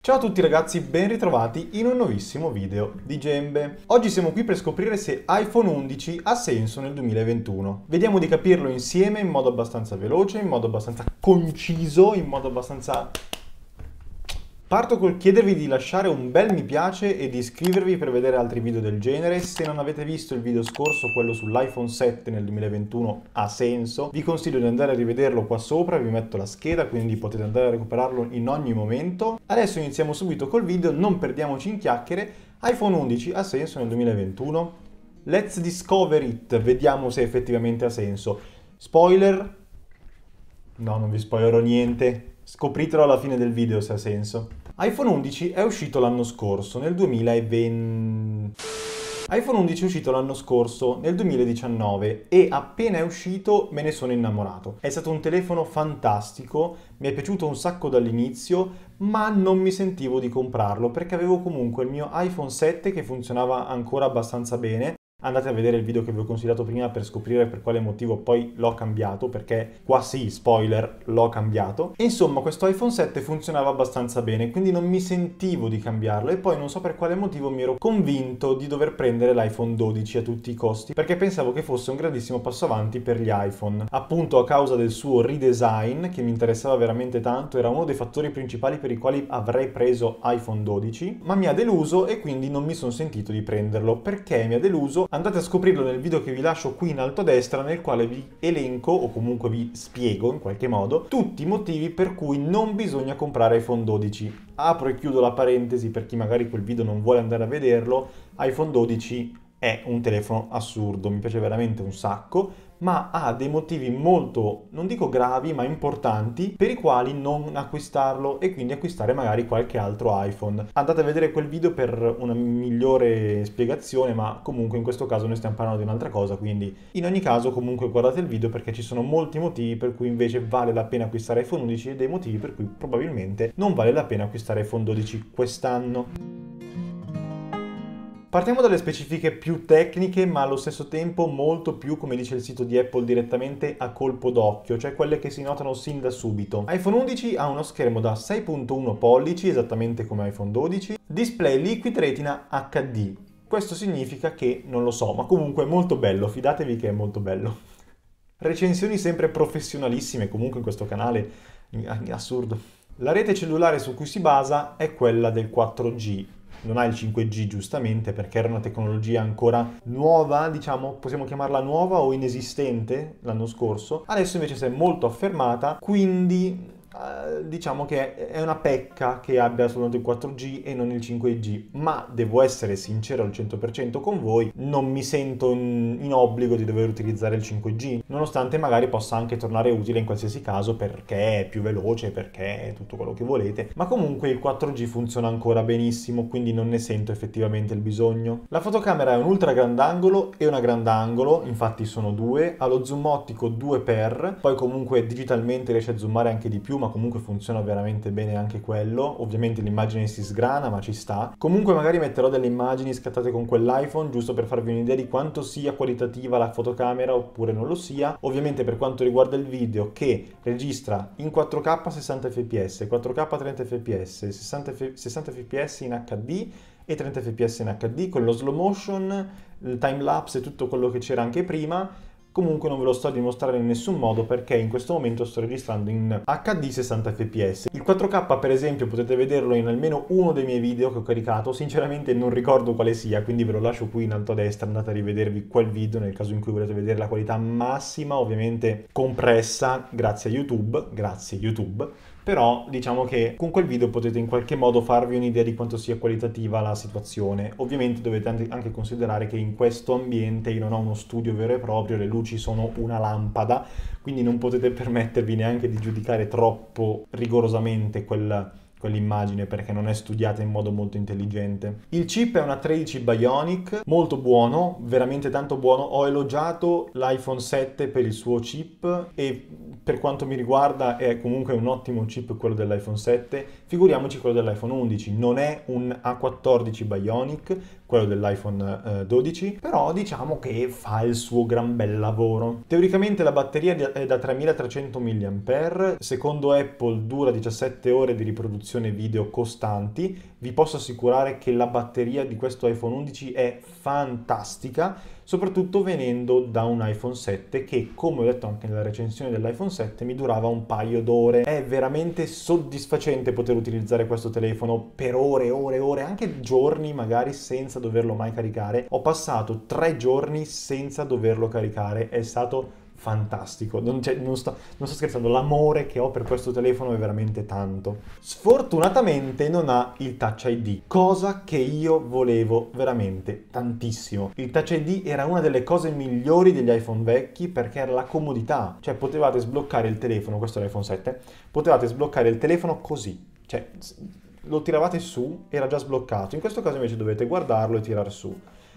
Ciao a tutti ragazzi, ben ritrovati in un nuovissimo video di Gembe. Oggi siamo qui per scoprire se iPhone 11 ha senso nel 2021. Vediamo di capirlo insieme in modo abbastanza veloce, in modo abbastanza conciso, in modo abbastanza... Parto col chiedervi di lasciare un bel mi piace e di iscrivervi per vedere altri video del genere. Se non avete visto il video scorso, quello sull'iPhone 7 nel 2021, ha senso. Vi consiglio di andare a rivederlo qua sopra, vi metto la scheda, quindi potete andare a recuperarlo in ogni momento. Adesso iniziamo subito col video, non perdiamoci in chiacchiere. iPhone 11 ha senso nel 2021? Let's discover it, vediamo se effettivamente ha senso. Spoiler? No, non vi spoilerò niente. Scopritelo alla fine del video se ha senso. iPhone 11 è uscito l'anno scorso, nel 2020... iPhone 11 è uscito l'anno scorso, nel 2019, e appena è uscito me ne sono innamorato. È stato un telefono fantastico, mi è piaciuto un sacco dall'inizio, ma non mi sentivo di comprarlo perché avevo comunque il mio iPhone 7 che funzionava ancora abbastanza bene. Andate a vedere il video che vi ho consigliato prima per scoprire per quale motivo poi l'ho cambiato, perché qua sì, spoiler, l'ho cambiato. E insomma, questo iPhone 7 funzionava abbastanza bene, quindi non mi sentivo di cambiarlo e poi non so per quale motivo mi ero convinto di dover prendere l'iPhone 12 a tutti i costi, perché pensavo che fosse un grandissimo passo avanti per gli iPhone. Appunto a causa del suo redesign, che mi interessava veramente tanto, era uno dei fattori principali per i quali avrei preso iPhone 12, ma mi ha deluso e quindi non mi sono sentito di prenderlo. Perché mi ha deluso? Andate a scoprirlo nel video che vi lascio qui in alto a destra, nel quale vi elenco, o comunque vi spiego in qualche modo, tutti i motivi per cui non bisogna comprare iPhone 12. Apro e chiudo la parentesi per chi magari quel video non vuole andare a vederlo. iPhone 12 è un telefono assurdo, mi piace veramente un sacco, ma ha dei motivi molto, non dico gravi, ma importanti, per i quali non acquistarlo e quindi acquistare magari qualche altro iPhone. Andate a vedere quel video per una migliore spiegazione, ma comunque in questo caso noi stiamo parlando di un'altra cosa, quindi in ogni caso comunque guardate il video perché ci sono molti motivi per cui invece vale la pena acquistare iPhone 11 e dei motivi per cui probabilmente non vale la pena acquistare iPhone 12 quest'anno. Partiamo dalle specifiche più tecniche, ma allo stesso tempo molto più, come dice il sito di Apple, direttamente a colpo d'occhio, cioè quelle che si notano sin da subito. iPhone 11 ha uno schermo da 6.1 pollici, esattamente come iPhone 12, display Liquid Retina HD. Questo significa che, non lo so, ma comunque è molto bello, fidatevi che è molto bello. Recensioni sempre professionalissime, comunque in questo canale, assurdo. La rete cellulare su cui si basa è quella del 4G. Non ha il 5G giustamente perché era una tecnologia ancora nuova, diciamo, possiamo chiamarla nuova o inesistente l'anno scorso. Adesso invece si è molto affermata, quindi diciamo che è una pecca che abbia soltanto il 4G e non il 5G, ma devo essere sincero al 100% con voi, non mi sento in obbligo di dover utilizzare il 5G, nonostante magari possa anche tornare utile in qualsiasi caso perché è più veloce, perché è tutto quello che volete, ma comunque il 4G funziona ancora benissimo, quindi non ne sento effettivamente il bisogno. La fotocamera è un ultra grandangolo e una grandangolo, infatti sono due, ha lo zoom ottico 2x, poi comunque digitalmente riesce a zoomare anche di più, ma comunque funziona veramente bene anche quello. Ovviamente l'immagine si sgrana, ma ci sta. Comunque magari metterò delle immagini scattate con quell'iPhone, giusto per farvi un'idea di quanto sia qualitativa la fotocamera oppure non lo sia. Ovviamente per quanto riguarda il video, che registra in 4K 60 fps, 4K 30 fps, 60 fps in HD e 30 fps in HD, con lo slow motion, il time lapse e tutto quello che c'era anche prima. Comunque non ve lo sto a dimostrare in nessun modo perché in questo momento sto registrando in HD 60 fps. Il 4K per esempio potete vederlo in almeno uno dei miei video che ho caricato, sinceramente non ricordo quale sia, quindi ve lo lascio qui in alto a destra, andate a rivedervi quel video nel caso in cui volete vedere la qualità massima, ovviamente compressa grazie a YouTube, grazie YouTube. Però diciamo che con quel video potete in qualche modo farvi un'idea di quanto sia qualitativa la situazione. Ovviamente dovete anche considerare che in questo ambiente io non ho uno studio vero e proprio, le luci sono una lampada, quindi non potete permettervi neanche di giudicare troppo rigorosamente quell'immagine perché non è studiata in modo molto intelligente. Il chip è una 13 Bionic, molto buono, veramente tanto buono. Ho elogiato l'iPhone 7 per il suo chip e per quanto mi riguarda è comunque un ottimo chip quello dell'iPhone 7, figuriamoci quello dell'iPhone 11. Non è un A14 Bionic, quello dell'iPhone 12, però diciamo che fa il suo gran bel lavoro. Teoricamente la batteria è da 3300 mAh, secondo Apple dura 17 ore di riproduzione video costanti. Vi posso assicurare che la batteria di questo iPhone 11 è fantastica, soprattutto venendo da un iPhone 7 che, come ho detto anche nella recensione dell'iPhone 7, mi durava un paio d'ore. È veramente soddisfacente poter utilizzare questo telefono per ore e ore e ore, anche giorni magari senza doverlo mai caricare. Ho passato 3 giorni senza doverlo caricare, è stato fantastico, non sto scherzando, l'amore che ho per questo telefono è veramente tanto. Sfortunatamente non ha il Touch ID, cosa che io volevo veramente tantissimo. Il Touch ID era una delle cose migliori degli iPhone vecchi perché era la comodità, cioè potevate sbloccare il telefono, questo è l'iPhone 7, potevate sbloccare il telefono così, cioè lo tiravate su, era già sbloccato. In questo caso invece dovete guardarlo e tirare su.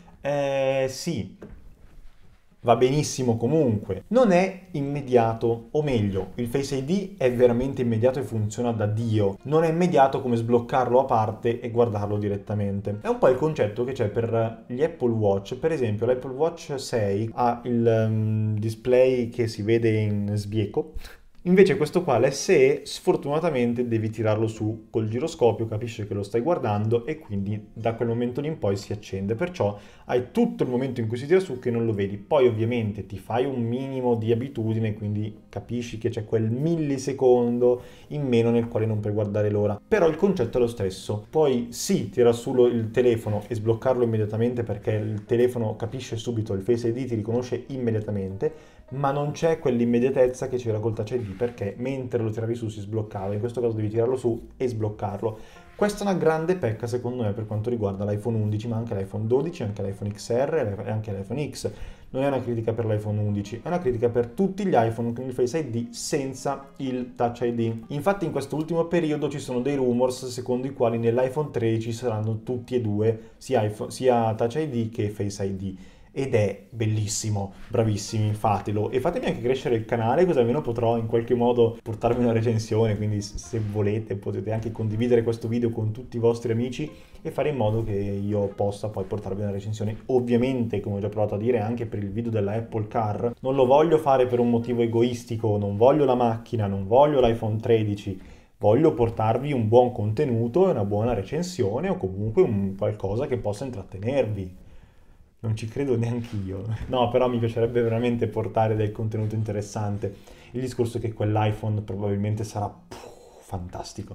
Sì, va benissimo comunque. Non è immediato, o meglio, il Face ID è veramente immediato e funziona da Dio. Non è immediato come sbloccarlo a parte e guardarlo direttamente. È un po' il concetto che c'è per gli Apple Watch. Per esempio, l'Apple Watch 6 ha il display che si vede in sbieco. Invece questo qua, l'SE, sfortunatamente devi tirarlo su col giroscopio, capisce che lo stai guardando e quindi da quel momento lì in poi si accende. Perciò hai tutto il momento in cui si tira su che non lo vedi. Poi ovviamente ti fai un minimo di abitudine, quindi capisci che c'è quel millisecondo in meno nel quale non puoi guardare l'ora. Però il concetto è lo stesso. Poi sì, tira su il telefono e sbloccarlo immediatamente perché il telefono capisce subito, il Face ID ti riconosce immediatamente, ma non c'è quell'immediatezza che c'era col Touch ID perché mentre lo tiravi su si sbloccava, in questo caso devi tirarlo su e sbloccarlo. Questa è una grande pecca secondo me per quanto riguarda l'iPhone 11, ma anche l'iPhone 12, anche l'iPhone XR e anche l'iPhone X. Non è una critica per l'iPhone 11, è una critica per tutti gli iPhone con il Face ID senza il Touch ID. Infatti in questo ultimo periodo ci sono dei rumors secondo i quali nell'iPhone 13 saranno tutti e due, sia Touch ID che Face ID. Ed è bellissimo, bravissimi, fatelo e fatemi anche crescere il canale così almeno potrò in qualche modo portarvi una recensione, quindi se volete potete anche condividere questo video con tutti i vostri amici e fare in modo che io possa poi portarvi una recensione. Ovviamente, come ho già provato a dire anche per il video della Apple Car, non lo voglio fare per un motivo egoistico, non voglio la macchina, non voglio l'iPhone 13, voglio portarvi un buon contenuto e una buona recensione o comunque un qualcosa che possa intrattenervi. Non ci credo neanche io. No, però mi piacerebbe veramente portare del contenuto interessante. Il discorso è che quell'iPhone probabilmente sarà fantastico.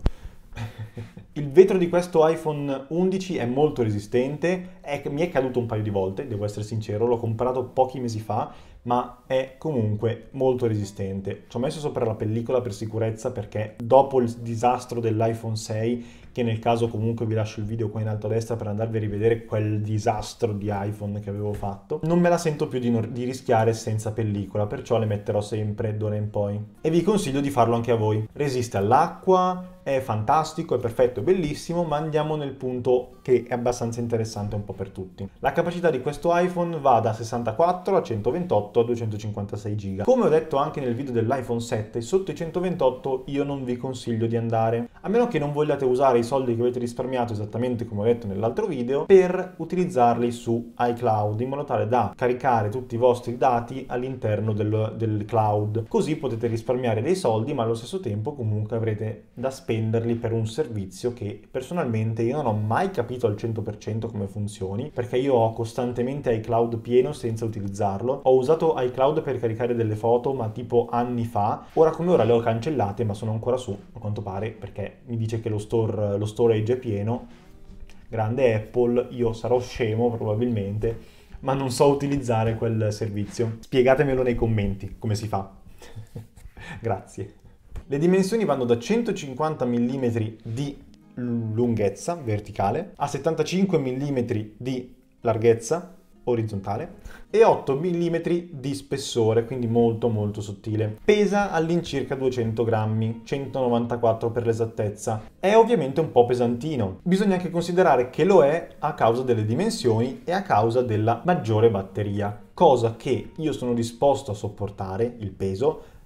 Il vetro di questo iPhone 11 è molto resistente, mi è caduto un paio di volte, devo essere sincero, l'ho comprato pochi mesi fa, ma è comunque molto resistente. Ci ho messo sopra la pellicola per sicurezza perché dopo il disastro dell'iPhone 6, che nel caso comunque vi lascio il video qua in alto a destra per andarvi a rivedere quel disastro di iPhone che avevo fatto, non me la sento più di rischiare senza pellicola, perciò le metterò sempre d'ora in poi. E vi consiglio di farlo anche a voi. Resiste all'acqua, è fantastico, è perfetto, è bellissimo, ma andiamo nel punto che è abbastanza interessante un po' per tutti. La capacità di questo iPhone va da 64 a 128 a 256 GB. Come ho detto anche nel video dell'iPhone 7, sotto i 128 io non vi consiglio di andare, a meno che non vogliate usare i soldi che avete risparmiato, esattamente come ho detto nell'altro video, per utilizzarli su iCloud, in modo tale da caricare tutti i vostri dati all'interno del cloud. Così potete risparmiare dei soldi, ma allo stesso tempo comunque avrete da spenderli per un servizio che personalmente io non ho mai capito al 100% come funzioni, perché io ho costantemente iCloud pieno senza utilizzarlo. Ho usato iCloud per caricare delle foto, ma tipo anni fa. Ora come ora le ho cancellate, ma sono ancora su, a quanto pare, perché mi dice che lo storage è pieno. Grande Apple, io sarò scemo probabilmente, ma non so utilizzare quel servizio. Spiegatemelo nei commenti come si fa. Grazie. Le dimensioni vanno da 150 mm di lunghezza verticale a 75 mm di larghezza orizzontale e 8 mm di spessore, quindi molto molto sottile. Pesa all'incirca 200 grammi, 194 per l'esattezza. È ovviamente un po' pesantino. Bisogna anche considerare che lo è a causa delle dimensioni e a causa della maggiore batteria, cosa che io sono disposto a sopportare, il peso,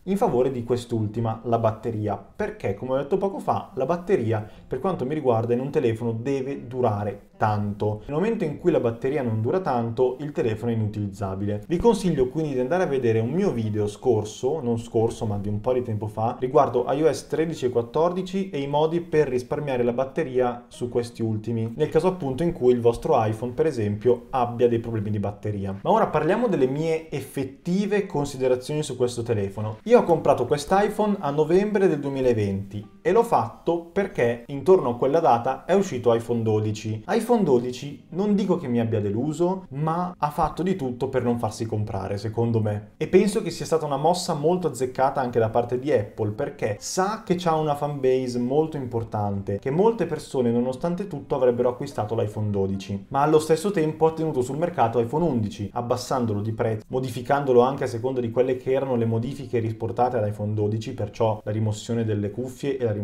in favore di quest'ultima, la batteria, perché come ho detto poco fa, la batteria per quanto mi riguarda in un telefono deve durare tanto. Nel momento in cui la batteria non dura tanto, il telefono è inutilizzabile. Vi consiglio quindi di andare a vedere un mio video scorso, non scorso ma di un po' di tempo fa, riguardo iOS 13 e 14 e i modi per risparmiare la batteria su questi ultimi, nel caso appunto in cui il vostro iPhone per esempio abbia dei problemi di batteria. Ma ora parliamo delle mie effettive considerazioni su questo telefono. Io ho comprato quest'iPhone a novembre del 2020 e l'ho fatto perché intorno a quella data è uscito iPhone 12. iPhone 12 non dico che mi abbia deluso, ma ha fatto di tutto per non farsi comprare, secondo me. E penso che sia stata una mossa molto azzeccata anche da parte di Apple, perché sa che c'ha una fanbase molto importante, che molte persone nonostante tutto avrebbero acquistato l'iPhone 12, ma allo stesso tempo ha tenuto sul mercato iPhone 11, abbassandolo di prezzo, modificandolo anche a seconda di quelle che erano le modifiche riportate all'iPhone 12, perciò la rimozione delle cuffie e la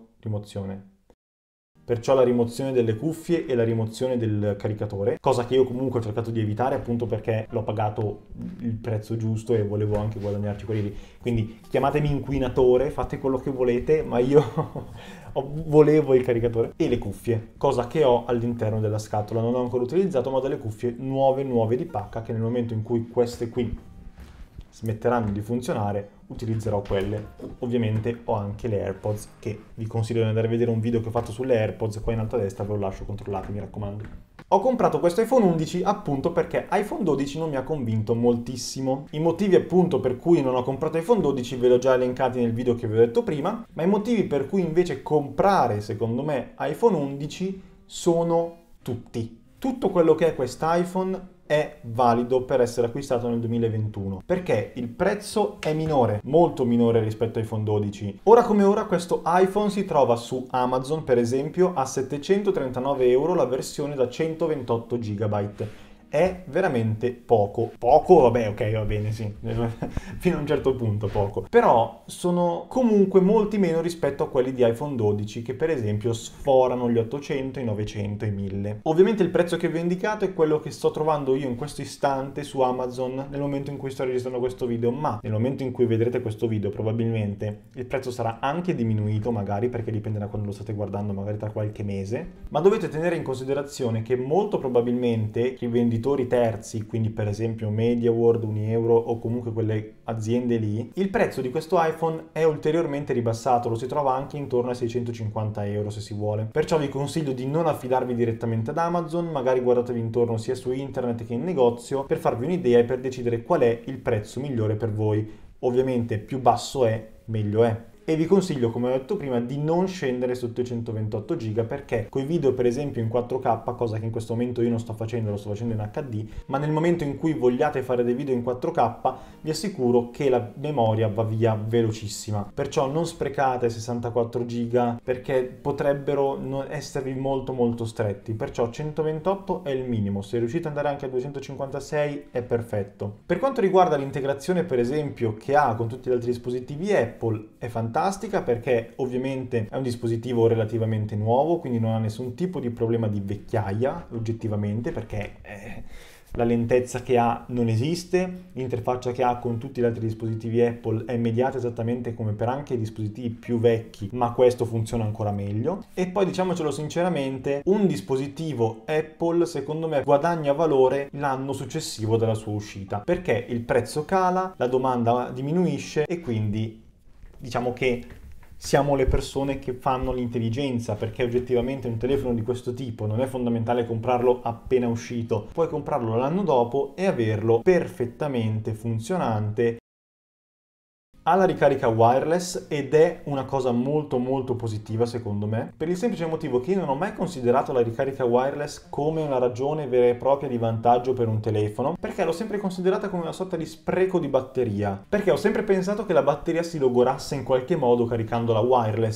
rimozione delle cuffie e la rimozione del caricatore, cosa che io comunque ho cercato di evitare appunto perché l'ho pagato il prezzo giusto e volevo anche guadagnarci quelli lì. Quindi chiamatemi inquinatore, fate quello che volete, ma io volevo il caricatore e le cuffie, cosa che ho all'interno della scatola. Non ho ancora utilizzato, ma delle cuffie nuove di pacca che nel momento in cui queste qui smetteranno di funzionare utilizzerò quelle. Ovviamente ho anche le AirPods, che vi consiglio di andare a vedere un video che ho fatto sulle AirPods qua in alto a destra, ve lo lascio, controllate, mi raccomando. Ho comprato questo iPhone 11 appunto perché iPhone 12 non mi ha convinto moltissimo. I motivi appunto per cui non ho comprato iPhone 12 ve li ho già elencati nel video che vi ho detto prima, ma i motivi per cui invece comprare secondo me iPhone 11 sono tutti. Tutto quello che è quest'iPhone è valido per essere acquistato nel 2021 perché il prezzo è minore, molto minore rispetto a iPhone 12. Ora come ora questo iPhone si trova su Amazon per esempio a 739 euro la versione da 128 GB. È veramente poco. Poco, vabbè, ok, va bene, sì, fino a un certo punto poco. Però sono comunque molti meno rispetto a quelli di iPhone 12 che per esempio sforano gli 800, i 900, i 1000. Ovviamente il prezzo che vi ho indicato è quello che sto trovando io in questo istante su Amazon nel momento in cui sto registrando questo video, ma nel momento in cui vedrete questo video probabilmente il prezzo sarà anche diminuito magari, perché dipende da quando lo state guardando, magari tra qualche mese, ma dovete tenere in considerazione che molto probabilmente i venditori terzi, quindi per esempio MediaWorld, Unieuro o comunque quelle aziende lì, il prezzo di questo iPhone è ulteriormente ribassato, lo si trova anche intorno ai 650 euro se si vuole. Perciò vi consiglio di non affidarvi direttamente ad Amazon, magari guardatevi intorno sia su internet che in negozio per farvi un'idea e per decidere qual è il prezzo migliore per voi. Ovviamente più basso è, meglio è. E vi consiglio, come ho detto prima, di non scendere sotto i 128 GB perché coi video per esempio in 4K, cosa che in questo momento io non sto facendo, lo sto facendo in HD, ma nel momento in cui vogliate fare dei video in 4K vi assicuro che la memoria va via velocissima. Perciò non sprecate 64 GB perché potrebbero non esservi molto stretti. Perciò 128 è il minimo, se riuscite ad andare anche a 256 è perfetto. Per quanto riguarda l'integrazione per esempio che ha con tutti gli altri dispositivi Apple, è fantastica perché ovviamente è un dispositivo relativamente nuovo, quindi non ha nessun tipo di problema di vecchiaia oggettivamente, perché la lentezza che ha non esiste, l'interfaccia che ha con tutti gli altri dispositivi Apple è immediata esattamente come per anche i dispositivi più vecchi, ma questo funziona ancora meglio. E poi diciamocelo sinceramente, un dispositivo Apple secondo me guadagna valore l'anno successivo dalla sua uscita, perché il prezzo cala, la domanda diminuisce e quindi diciamo che siamo le persone che fanno l'intelligenza, perché oggettivamente un telefono di questo tipo non è fondamentale comprarlo appena uscito, puoi comprarlo l'anno dopo e averlo perfettamente funzionante. Ha la ricarica wireless ed è una cosa molto positiva secondo me, per il semplice motivo che io non ho mai considerato la ricarica wireless come una ragione vera e propria di vantaggio per un telefono, perché l'ho sempre considerata come una sorta di spreco di batteria, perché ho sempre pensato che la batteria si logorasse in qualche modo caricandola wireless.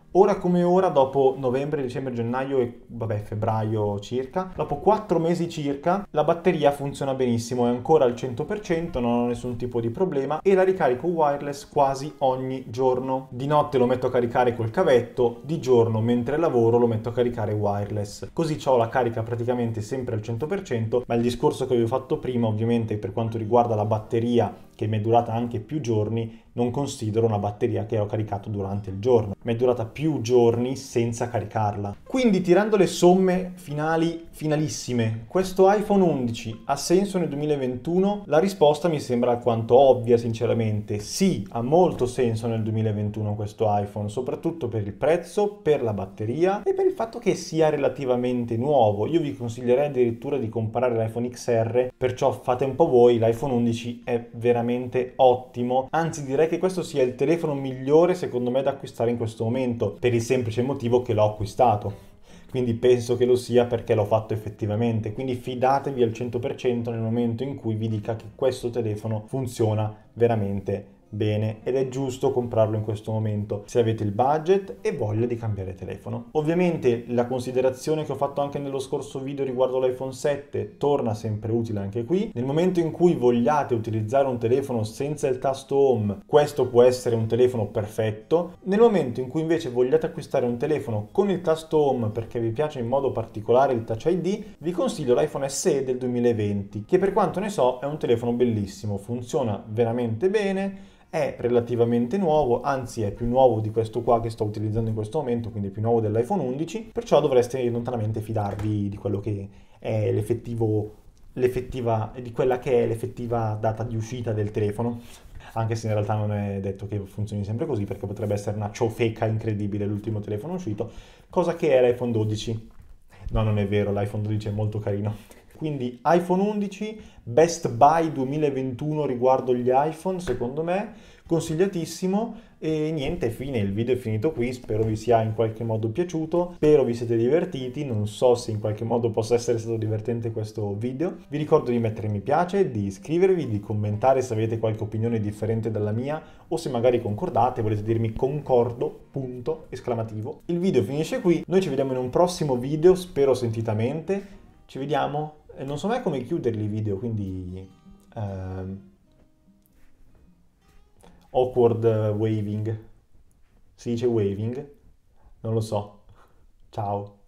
Ora come ora, dopo novembre, dicembre, gennaio e vabbè, febbraio circa, dopo 4 mesi circa, la batteria funziona benissimo, è ancora al 100%, non ho nessun tipo di problema e la ricarico wireless quasi ogni giorno. Di notte lo metto a caricare col cavetto, di giorno mentre lavoro lo metto a caricare wireless. Così ho la carica praticamente sempre al 100%, ma il discorso che vi ho fatto prima, ovviamente per quanto riguarda la batteria, che mi è durata anche più giorni, non considero una batteria che ho caricato durante il giorno. Mi è durata più giorni senza caricarla. Quindi tirando le somme finalissime, questo iPhone 11 ha senso nel 2021? La risposta mi sembra alquanto ovvia, sinceramente. Sì, ha molto senso nel 2021 questo iPhone, soprattutto per il prezzo, per la batteria e per il fatto che sia relativamente nuovo. Io vi consiglierei addirittura di comprare l'iPhone XR, perciò fate un po' voi, l'iPhone 11 è veramente ottimo, anzi direi che questo sia il telefono migliore secondo me da acquistare in questo momento, per il semplice motivo che l'ho acquistato. Quindi penso che lo sia perché l'ho fatto effettivamente. Quindi fidatevi al 100% nel momento in cui vi dica che questo telefono funziona veramente bene ed è giusto comprarlo in questo momento se avete il budget e voglia di cambiare telefono. Ovviamente la considerazione che ho fatto anche nello scorso video riguardo l'iPhone 7 torna sempre utile anche qui. Nel momento in cui vogliate utilizzare un telefono senza il tasto home, questo può essere un telefono perfetto. Nel momento in cui invece vogliate acquistare un telefono con il tasto home perché vi piace in modo particolare il Touch ID, vi consiglio l'iPhone SE del 2020, che per quanto ne so è un telefono bellissimo, funziona veramente bene, è relativamente nuovo, anzi è più nuovo di questo qua che sto utilizzando in questo momento, quindi è più nuovo dell'iPhone 11, perciò dovreste lontanamente fidarvi di quello che è di quella che è l'effettiva data di uscita del telefono. Anche se in realtà non è detto che funzioni sempre così, perché potrebbe essere una ciofeca incredibile l'ultimo telefono uscito, cosa che è l'iPhone 12. No, non è vero, l'iPhone 12 è molto carino. Quindi iPhone 11, Best Buy 2021 riguardo gli iPhone, secondo me, consigliatissimo. E niente, fine, il video è finito qui, spero vi sia in qualche modo piaciuto, spero vi siete divertiti, non so se in qualche modo possa essere stato divertente questo video. Vi ricordo di mettere mi piace, di iscrivervi, di commentare se avete qualche opinione differente dalla mia o se magari concordate, volete dirmi concordo, punto, esclamativo. Il video finisce qui, noi ci vediamo in un prossimo video, spero sentitamente. Ci vediamo? Non so mai come chiuderli i video, quindi... awkward waving. Si dice waving? Non lo so. Ciao.